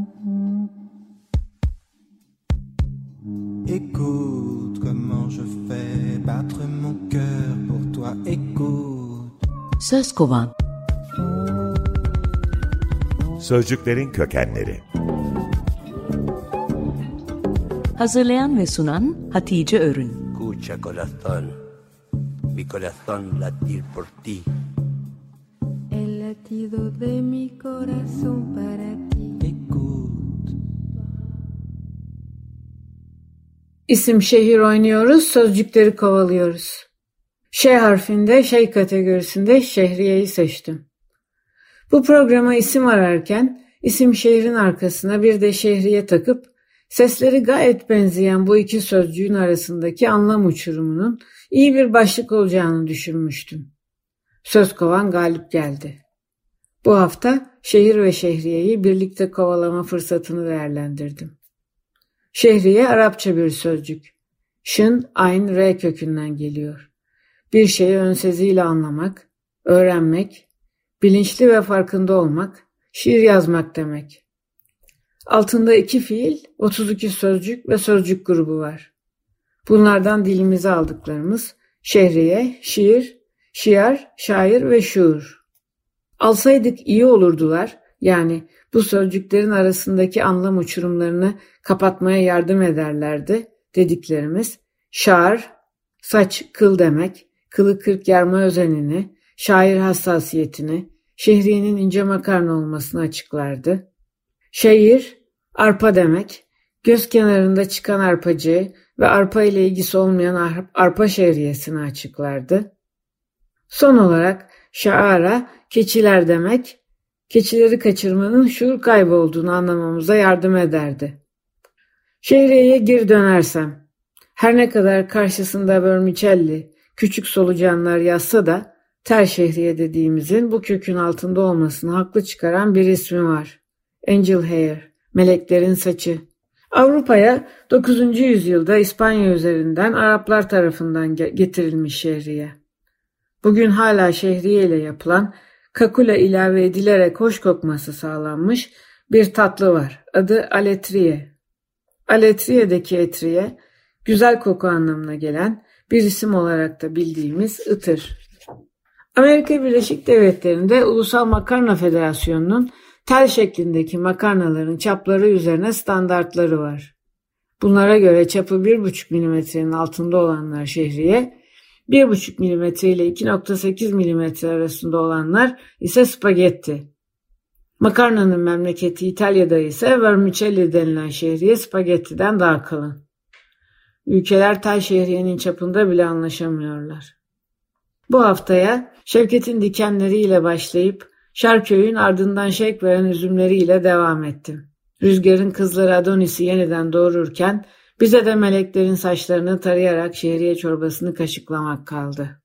Écoute comment je fais battre mon cœur pour toi, écoute. Söz kovan. Sözcüklerin kökenleri. Hazırlayan ve sunan Hatice Örün. Escucha corazón, mi corazón latir por ti. El latido de mi corazón para ti. Écoute. İsim şehir oynuyoruz, sözcükleri kovalıyoruz. Ş harfinde şey kategorisinde Şehriye'yi seçtim. Bu programa isim ararken isim şehrin arkasına bir de Şehriye takıp sesleri gayet benzeyen bu iki sözcüğün arasındaki anlam uçurumunun iyi bir başlık olacağını düşünmüştüm. Söz kovan galip geldi. Bu hafta şehir ve Şehriye'yi birlikte kovalama fırsatını değerlendirdim. Şehriye Arapça bir sözcük. Şın, ayn, re kökünden geliyor. Bir şeyi önseziyle anlamak, öğrenmek, bilinçli ve farkında olmak, şiir yazmak demek. Altında 2 fiil, 32 sözcük ve sözcük grubu var. Bunlardan dilimize aldıklarımız şehriye, şiir, şiar, şair ve şuur. Alsaydık iyi olurdular, yani bu sözcüklerin arasındaki anlam uçurumlarını kapatmaya yardım ederlerdi dediklerimiz şair, saç, kıl demek, kılı kırk yarma özenini, şair hassasiyetini, şehriyenin ince makarna olmasını açıklardı. Şehir, arpa demek, göz kenarında çıkan arpacığı ve arpa ile ilgisi olmayan arpa şehriyesini açıklardı. Son olarak şaara, keçiler demek, keçileri kaçırmanın şuur kaybı olduğunu anlamamıza yardım ederdi. Şehriyeye geri dönersem, her ne kadar karşısında vermicelli, küçük solucanlar yazsa da tel şehriye dediğimizin bu kökün altında olmasını haklı çıkaran bir ismi var. Angel hair, meleklerin saçı. Avrupa'ya 9. yüzyılda İspanya üzerinden Araplar tarafından getirilmiş şehriye. Bugün hala şehriye ile yapılan kakula ilave edilerek hoş kokması sağlanmış bir tatlı var. Adı aletriye. Aletriye'deki etriye, güzel koku anlamına gelen bir isim olarak da bildiğimiz ıtır. Amerika Birleşik Devletleri'nde Ulusal Makarna Federasyonu'nun tel şeklindeki makarnaların çapları üzerine standartları var. Bunlara göre çapı 1,5 milimetrenin altında olanlar şehriye, 1,5 milimetre ile 2,8 milimetre arasında olanlar ise spagetti. Makarnanın memleketi İtalya'da ise vermicelli denilen şehriye spagettiden daha kalın. Ülkeler tel şehriyenin çapında bile anlaşamıyorlar. Bu haftaya Şevket'in dikenleriyle başlayıp Şarköy'ün ardından şevk veren üzümleriyle devam ettim. Rüzgarın kızları Adonis'i yeniden doğururken bize de meleklerin saçlarını tarayarak şehriye çorbasını kaşıklamak kaldı.